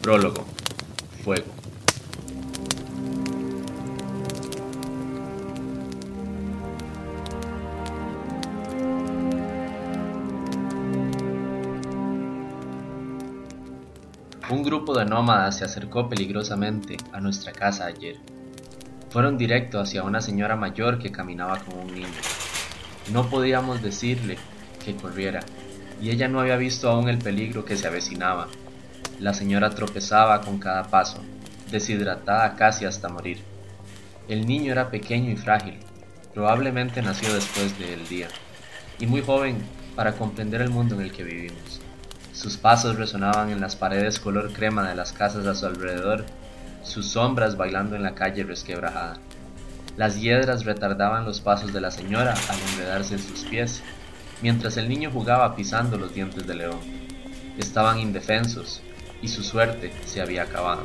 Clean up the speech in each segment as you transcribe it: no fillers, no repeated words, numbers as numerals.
Prólogo. Fuego. Un grupo de nómadas se acercó peligrosamente a nuestra casa ayer. Fueron directo hacia una señora mayor que caminaba con un niño. No podíamos decirle que corriera, y ella no había visto aún el peligro que se avecinaba. La señora tropezaba con cada paso, deshidratada casi hasta morir. El niño era pequeño y frágil, probablemente nació después del día, y muy joven para comprender el mundo en el que vivimos. Sus pasos resonaban en las paredes color crema de las casas a su alrededor, sus sombras bailando en la calle resquebrajada. Las hiedras retardaban los pasos de la señora al enredarse en sus pies, mientras el niño jugaba pisando los dientes de león. Estaban indefensos, y su suerte se había acabado.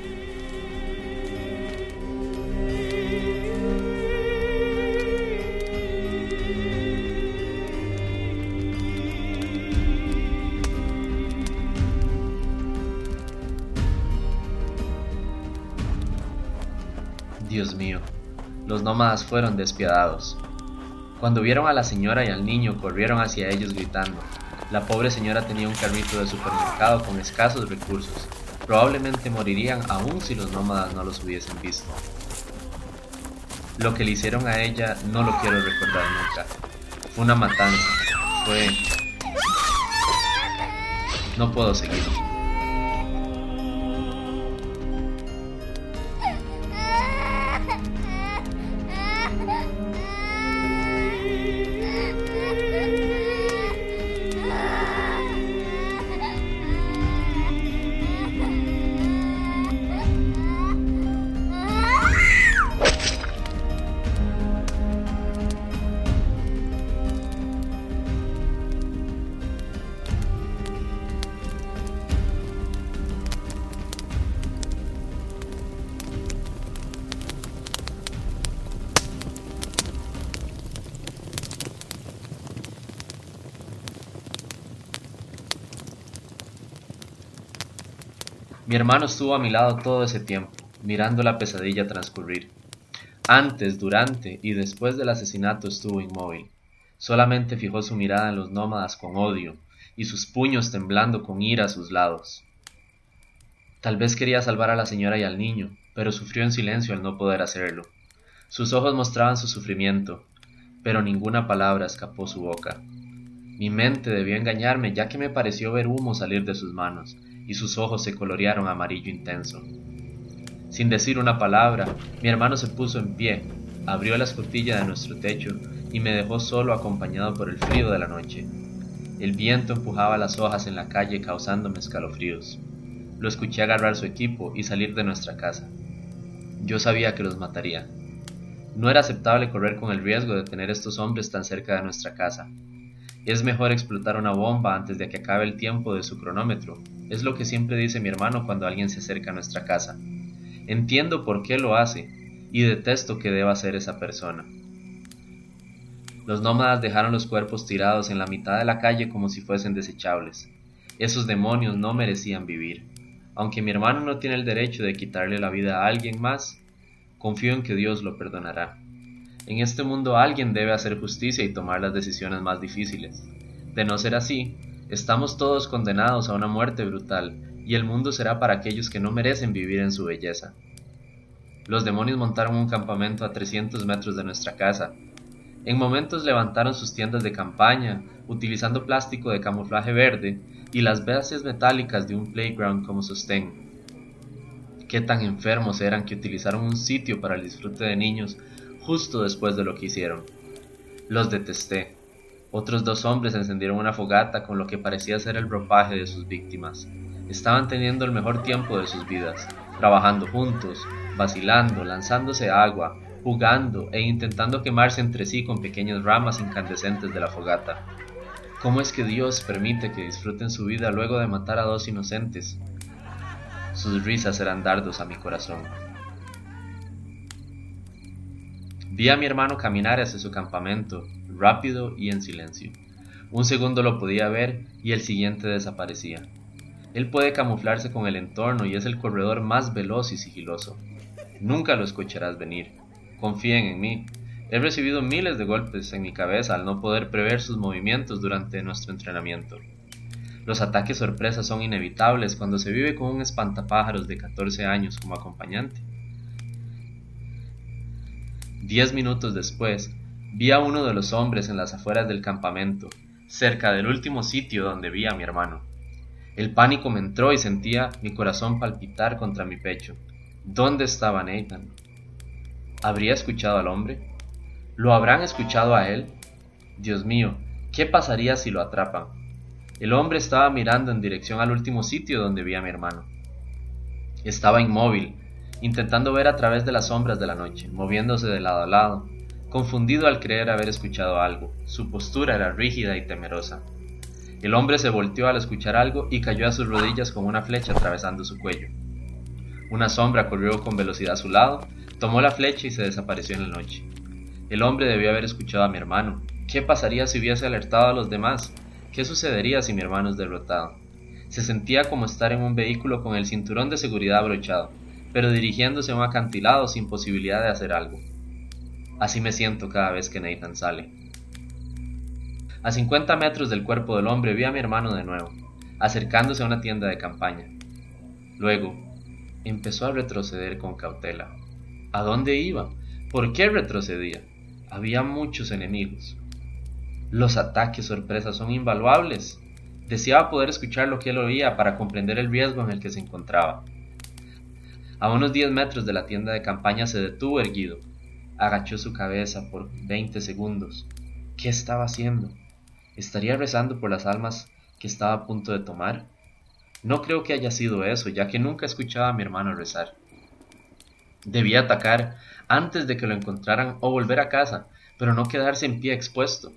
Dios mío, los nómadas fueron despiadados. Cuando vieron a la señora y al niño, corrieron hacia ellos gritando. La pobre señora tenía un carrito de supermercado con escasos recursos. Probablemente morirían aún si los nómadas no los hubiesen visto. Lo que le hicieron a ella no lo quiero recordar nunca. Fue una matanza. No puedo seguir. Mi hermano estuvo a mi lado todo ese tiempo, mirando la pesadilla transcurrir. Antes, durante y después del asesinato estuvo inmóvil. Solamente fijó su mirada en los nómadas con odio, y sus puños temblando con ira a sus lados. Tal vez quería salvar a la señora y al niño, pero sufrió en silencio al no poder hacerlo. Sus ojos mostraban su sufrimiento, pero ninguna palabra escapó su boca. Mi mente debió engañarme, ya que me pareció ver humo salir de sus manos, y sus ojos se colorearon amarillo intenso. Sin decir una palabra, mi hermano se puso en pie, abrió la escotilla de nuestro techo y me dejó solo acompañado por el frío de la noche. El viento empujaba las hojas en la calle causándome escalofríos. Lo escuché agarrar su equipo y salir de nuestra casa. Yo sabía que los mataría. No era aceptable correr con el riesgo de tener estos hombres tan cerca de nuestra casa. Es mejor explotar una bomba antes de que acabe el tiempo de su cronómetro. Es lo que siempre dice mi hermano cuando alguien se acerca a nuestra casa. Entiendo por qué lo hace, y detesto que deba ser esa persona. Los nómadas dejaron los cuerpos tirados en la mitad de la calle como si fuesen desechables. Esos demonios no merecían vivir. Aunque mi hermano no tiene el derecho de quitarle la vida a alguien más, confío en que Dios lo perdonará. En este mundo alguien debe hacer justicia y tomar las decisiones más difíciles. De no ser así, estamos todos condenados a una muerte brutal, y el mundo será para aquellos que no merecen vivir en su belleza. Los demonios montaron un campamento a 300 metros de nuestra casa. En momentos levantaron sus tiendas de campaña, utilizando plástico de camuflaje verde y las bases metálicas de un playground como sostén. Qué tan enfermos eran que utilizaron un sitio para el disfrute de niños justo después de lo que hicieron. Los detesté. Otros dos hombres encendieron una fogata con lo que parecía ser el ropaje de sus víctimas. Estaban teniendo el mejor tiempo de sus vidas, trabajando juntos, vacilando, lanzándose agua, jugando e intentando quemarse entre sí con pequeñas ramas incandescentes de la fogata. ¿Cómo es que Dios permite que disfruten su vida luego de matar a dos inocentes? Sus risas eran dardos a mi corazón. Vi a mi hermano caminar hacia su campamento, rápido y en silencio. Un segundo lo podía ver y el siguiente desaparecía. Él puede camuflarse con el entorno y es el corredor más veloz y sigiloso. Nunca lo escucharás venir. Confíen en mí. He recibido miles de golpes en mi cabeza al no poder prever sus movimientos durante nuestro entrenamiento. Los ataques sorpresa son inevitables cuando se vive con un espantapájaros de 14 años como acompañante. 10 minutos después, vi a uno de los hombres en las afueras del campamento, cerca del último sitio donde vi a mi hermano. El pánico me entró y sentía mi corazón palpitar contra mi pecho. ¿Dónde estaba Nathan? ¿Habría escuchado al hombre? ¿Lo habrán escuchado a él? Dios mío, ¿qué pasaría si lo atrapan? El hombre estaba mirando en dirección al último sitio donde vi a mi hermano. Estaba inmóvil, intentando ver a través de las sombras de la noche, moviéndose de lado a lado, confundido al creer haber escuchado algo. Su postura era rígida y temerosa. El hombre se volteó al escuchar algo y cayó a sus rodillas con una flecha atravesando su cuello. Una sombra corrió con velocidad a su lado, tomó la flecha y se desapareció en la noche. El hombre debió haber escuchado a mi hermano. ¿Qué pasaría si hubiese alertado a los demás? ¿Qué sucedería si mi hermano es derrotado? Se sentía como estar en un vehículo con el cinturón de seguridad abrochado, pero dirigiéndose a un acantilado sin posibilidad de hacer algo. Así me siento cada vez que Nathan sale. A 50 metros del cuerpo del hombre vi a mi hermano de nuevo, acercándose a una tienda de campaña. Luego, empezó a retroceder con cautela. ¿A dónde iba? ¿Por qué retrocedía? Había muchos enemigos. Los ataques sorpresa son invaluables. Deseaba poder escuchar lo que él oía para comprender el riesgo en el que se encontraba. A unos 10 metros de la tienda de campaña se detuvo erguido. Agachó su cabeza por 20 segundos. ¿Qué estaba haciendo? ¿Estaría rezando por las almas que estaba a punto de tomar? No creo que haya sido eso, ya que nunca escuchaba a mi hermano rezar. Debía atacar antes de que lo encontraran o volver a casa, pero no quedarse en pie expuesto.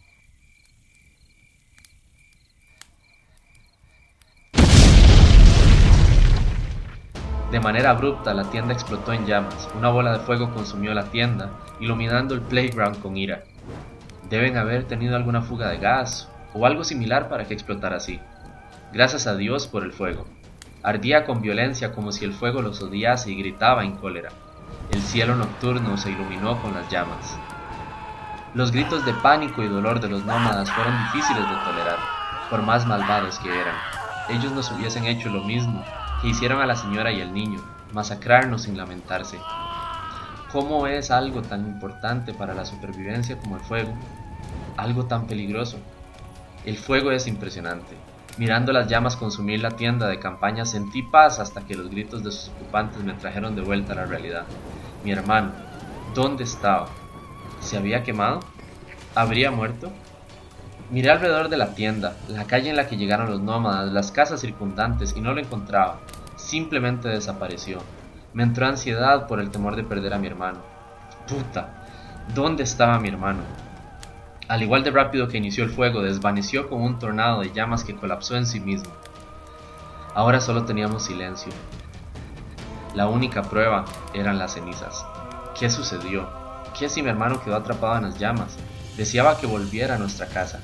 De manera abrupta la tienda explotó en llamas. Una bola de fuego consumió la tienda, iluminando el playground con ira. Deben haber tenido alguna fuga de gas o algo similar para que explotara así. Gracias a Dios por el fuego. Ardía con violencia como si el fuego los odiase y gritaba en cólera. El cielo nocturno se iluminó con las llamas. Los gritos de pánico y dolor de los nómadas fueron difíciles de tolerar, por más malvados que eran. Ellos nos hubiesen hecho lo mismo que hicieron a la señora y el niño, masacrarnos sin lamentarse. ¿Cómo es algo tan importante para la supervivencia como el fuego? Algo tan peligroso. El fuego es impresionante. Mirando las llamas consumir la tienda de campaña sentí paz hasta que los gritos de sus ocupantes me trajeron de vuelta a la realidad. Mi hermano, ¿dónde estaba? ¿Se había quemado? ¿Habría muerto? Miré alrededor de la tienda, la calle en la que llegaron los nómadas, las casas circundantes y no lo encontraba. Simplemente desapareció. Me entró ansiedad por el temor de perder a mi hermano. ¡Puta! ¿Dónde estaba mi hermano? Al igual de rápido que inició el fuego, desvaneció con un tornado de llamas que colapsó en sí mismo. Ahora solo teníamos silencio. La única prueba eran las cenizas. ¿Qué sucedió? ¿Qué si mi hermano quedó atrapado en las llamas? Deseaba que volviera a nuestra casa.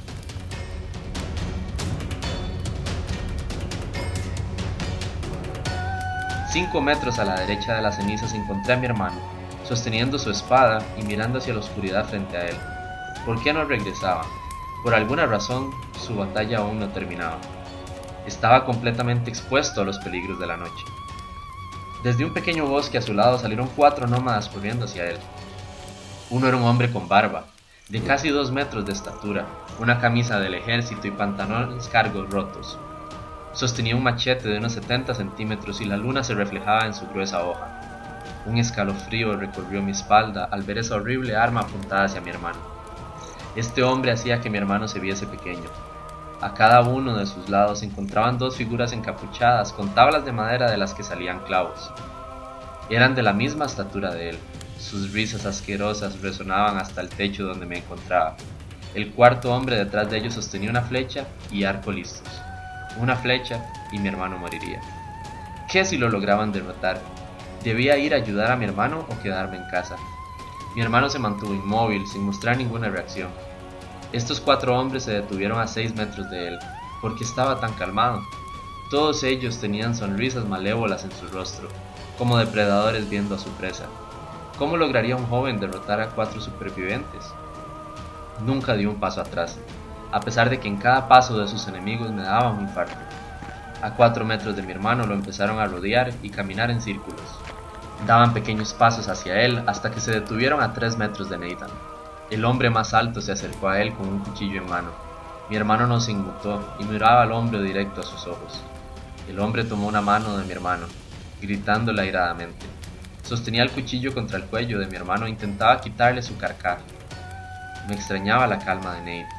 Cinco metros a la derecha de las cenizas encontré a mi hermano, sosteniendo su espada y mirando hacia la oscuridad frente a él. ¿Por qué no regresaba? Por alguna razón, su batalla aún no terminaba. Estaba completamente expuesto a los peligros de la noche. Desde un pequeño bosque a su lado salieron 4 nómadas corriendo hacia él. Uno era un hombre con barba, de casi 2 metros de estatura, una camisa del ejército y pantalones cargos rotos. Sostenía un machete de unos 70 centímetros y la luna se reflejaba en su gruesa hoja. Un escalofrío recorrió mi espalda al ver esa horrible arma apuntada hacia mi hermano. Este hombre hacía que mi hermano se viese pequeño. A cada uno de sus lados se encontraban 2 figuras encapuchadas con tablas de madera de las que salían clavos. Eran de la misma estatura de él. Sus risas asquerosas resonaban hasta el techo donde me encontraba. El cuarto hombre detrás de ellos sostenía una flecha y arco listos. Una flecha y mi hermano moriría. ¿Qué si lo lograban derrotar? ¿Debía ir a ayudar a mi hermano o quedarme en casa? Mi hermano se mantuvo inmóvil, sin mostrar ninguna reacción. Estos 4 hombres se detuvieron a 6 metros de él. ¿Por qué estaba tan calmado? Todos ellos tenían sonrisas malévolas en su rostro, como depredadores viendo a su presa. ¿Cómo lograría un joven derrotar a 4 supervivientes? Nunca dio un paso atrás, a pesar de que en cada paso de sus enemigos me daba un infarto. A 4 metros de mi hermano lo empezaron a rodear y caminar en círculos. Daban pequeños pasos hacia él hasta que se detuvieron a 3 metros de Nathan. El hombre más alto se acercó a él con un cuchillo en mano. Mi hermano no se inmutó y miraba al hombre directo a sus ojos. El hombre tomó una mano de mi hermano, gritándole airadamente. Sostenía el cuchillo contra el cuello de mi hermano e intentaba quitarle su carcaj. Me extrañaba la calma de Nate.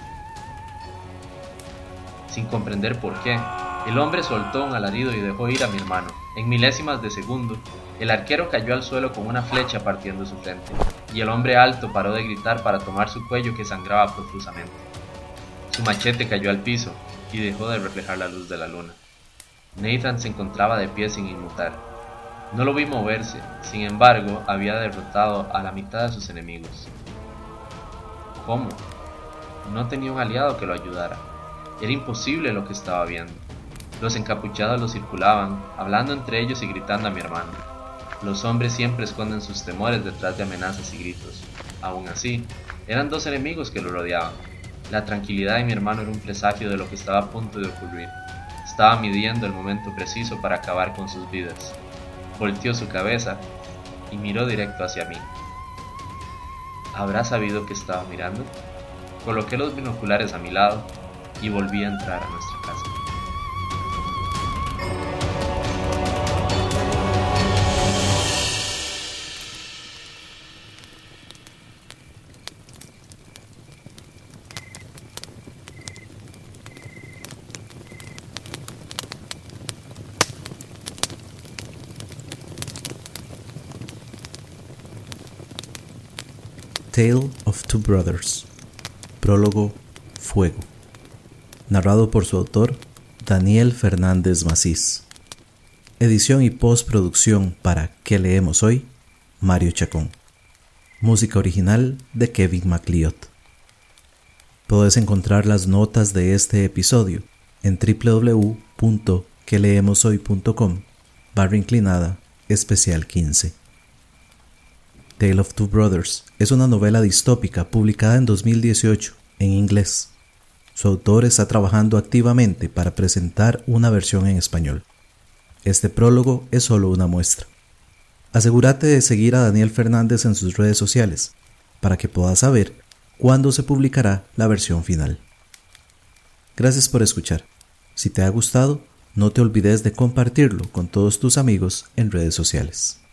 Sin comprender por qué, el hombre soltó un alarido y dejó ir a mi hermano. En milésimas de segundo, el arquero cayó al suelo con una flecha partiendo su frente, y el hombre alto paró de gritar para tomar su cuello que sangraba profusamente. Su machete cayó al piso y dejó de reflejar la luz de la luna. Nathan se encontraba de pie sin inmutar. No lo vi moverse, sin embargo, había derrotado a la mitad de sus enemigos. ¿Cómo? No tenía un aliado que lo ayudara. Era imposible lo que estaba viendo. Los encapuchados lo circulaban, hablando entre ellos y gritando a mi hermano. Los hombres siempre esconden sus temores detrás de amenazas y gritos. Aún así, eran 2 enemigos que lo rodeaban. La tranquilidad de mi hermano era un presagio de lo que estaba a punto de ocurrir. Estaba midiendo el momento preciso para acabar con sus vidas. Volteó su cabeza y miró directo hacia mí. ¿Habrá sabido que estaba mirando? Coloqué los binoculares a mi lado y volví a entrar a nuestra casa. Tale of Two Brothers. Prólogo Fuego. Narrado por su autor, Daniel Fernández Macís. Edición y postproducción para ¿Qué leemos hoy? Mario Chacón. Música original de Kevin MacLeod. Puedes encontrar las notas de este episodio en www.queleemoshoy.com/especial 15. Tale of Two Brothers es una novela distópica publicada en 2018 en inglés. Su autor está trabajando activamente para presentar una versión en español. Este prólogo es solo una muestra. Asegúrate de seguir a Daniel Fernández en sus redes sociales para que puedas saber cuándo se publicará la versión final. Gracias por escuchar. Si te ha gustado, no te olvides de compartirlo con todos tus amigos en redes sociales.